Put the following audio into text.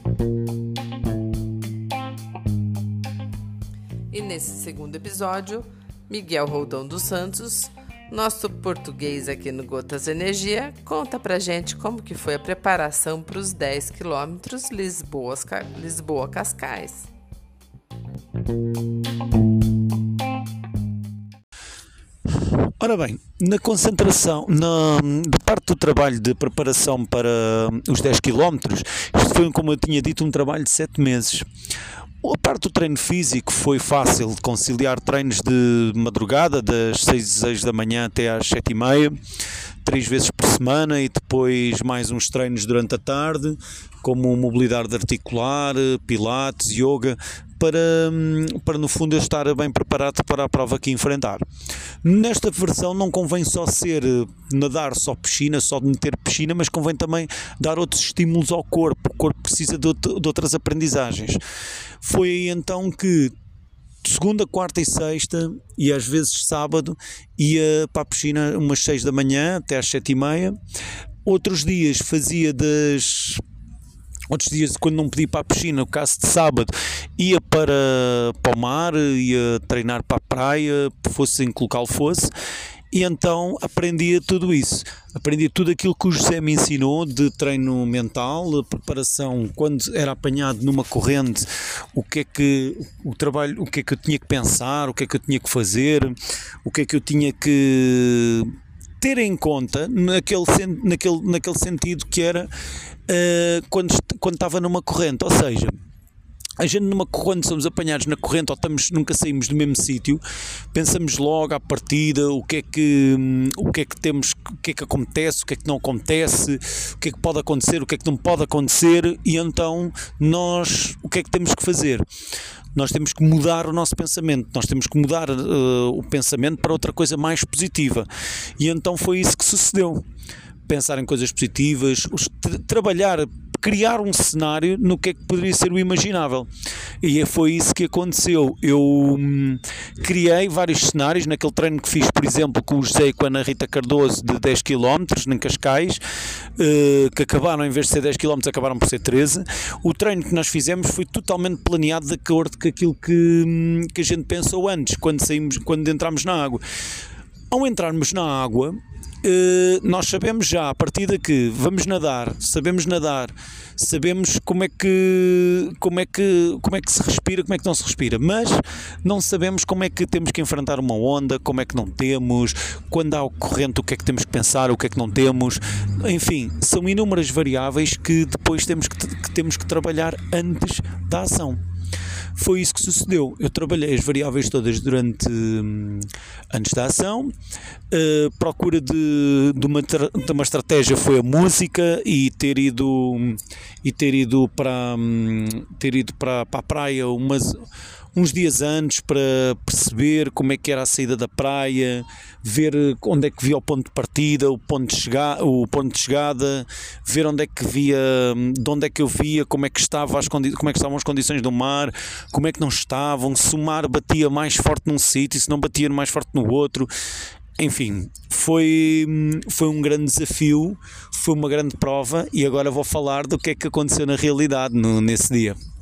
E nesse segundo episódio, Miguel Roldão dos Santos, nosso português aqui no Gotas Energia, conta pra gente como que foi a preparação para os 10 quilômetros Lisboa-Cascais. Ora bem, na concentração, da parte do trabalho de preparação para os 10 km, isto foi, como eu tinha dito, um trabalho de 7 meses. A parte do treino físico foi fácil de conciliar treinos de madrugada, das 6 da manhã até às 7h30, 3 vezes por semana, e depois mais uns treinos durante a tarde, como mobilidade articular, pilates, yoga, para no fundo eu estar bem preparado para a prova que enfrentar. Nesta versão não convém só ser nadar só piscina, só meter piscina, mas convém também dar outros estímulos ao corpo. O corpo precisa de outras aprendizagens. Foi aí então que segunda, quarta e sexta, e às vezes sábado, ia para a piscina umas 6 da manhã até às 7h30. Outros dias Outros dias, quando não podia ir para a piscina, no caso de sábado, ia para o mar, ia treinar para a praia, fosse em que local fosse, e então aprendia tudo isso. Aprendia tudo aquilo que o José me ensinou de treino mental, preparação, quando era apanhado numa corrente, o que é que eu tinha que pensar, o que é que eu tinha que fazer, o que é que eu tinha que ter em conta naquele sentido que era quando estava numa corrente. Ou seja, a gente quando somos apanhados na corrente ou nunca saímos do mesmo sítio, pensamos logo à partida o que é que temos, o que é que acontece, o que é que não acontece, o que é que pode acontecer, o que é que não pode acontecer, e então nós o que é que temos que fazer? Nós temos que mudar o nosso pensamento, nós temos que mudar o pensamento para outra coisa mais positiva, e então foi isso que sucedeu. Pensar em coisas positivas, trabalhar, criar um cenário no que é que poderia ser o imaginável. E foi isso que aconteceu. Eu criei vários cenários naquele treino que fiz, por exemplo, com o José e com a Ana Rita Cardoso, de 10 km em Cascais, que acabaram, em vez de ser 10 km, acabaram por ser 13. O treino que nós fizemos foi totalmente planeado de acordo com aquilo que a gente pensou antes, quando entramos na água. Ao entrarmos na água, nós sabemos já, a partir daqui, vamos nadar, sabemos como é que se respira, como é que não se respira, mas não sabemos como é que temos que enfrentar uma onda, como é que não temos, quando há corrente, o que é que temos que pensar, o que é que não temos. Enfim, são inúmeras variáveis que depois temos que trabalhar antes da ação. Foi isso que sucedeu. Eu trabalhei as variáveis todas antes da ação. Procura de uma estratégia foi a música, e ter ido para a praia uns dias antes, para perceber como é que era a saída da praia, ver onde é que via o ponto de partida, o ponto de chegada, ver onde é que via, de onde é que eu via, como é que estavam as condições do mar, como é que não estavam, se o mar batia mais forte num sítio, se não batia mais forte no outro. Enfim, foi um grande desafio, foi uma grande prova, e agora vou falar do que é que aconteceu na realidade nesse dia.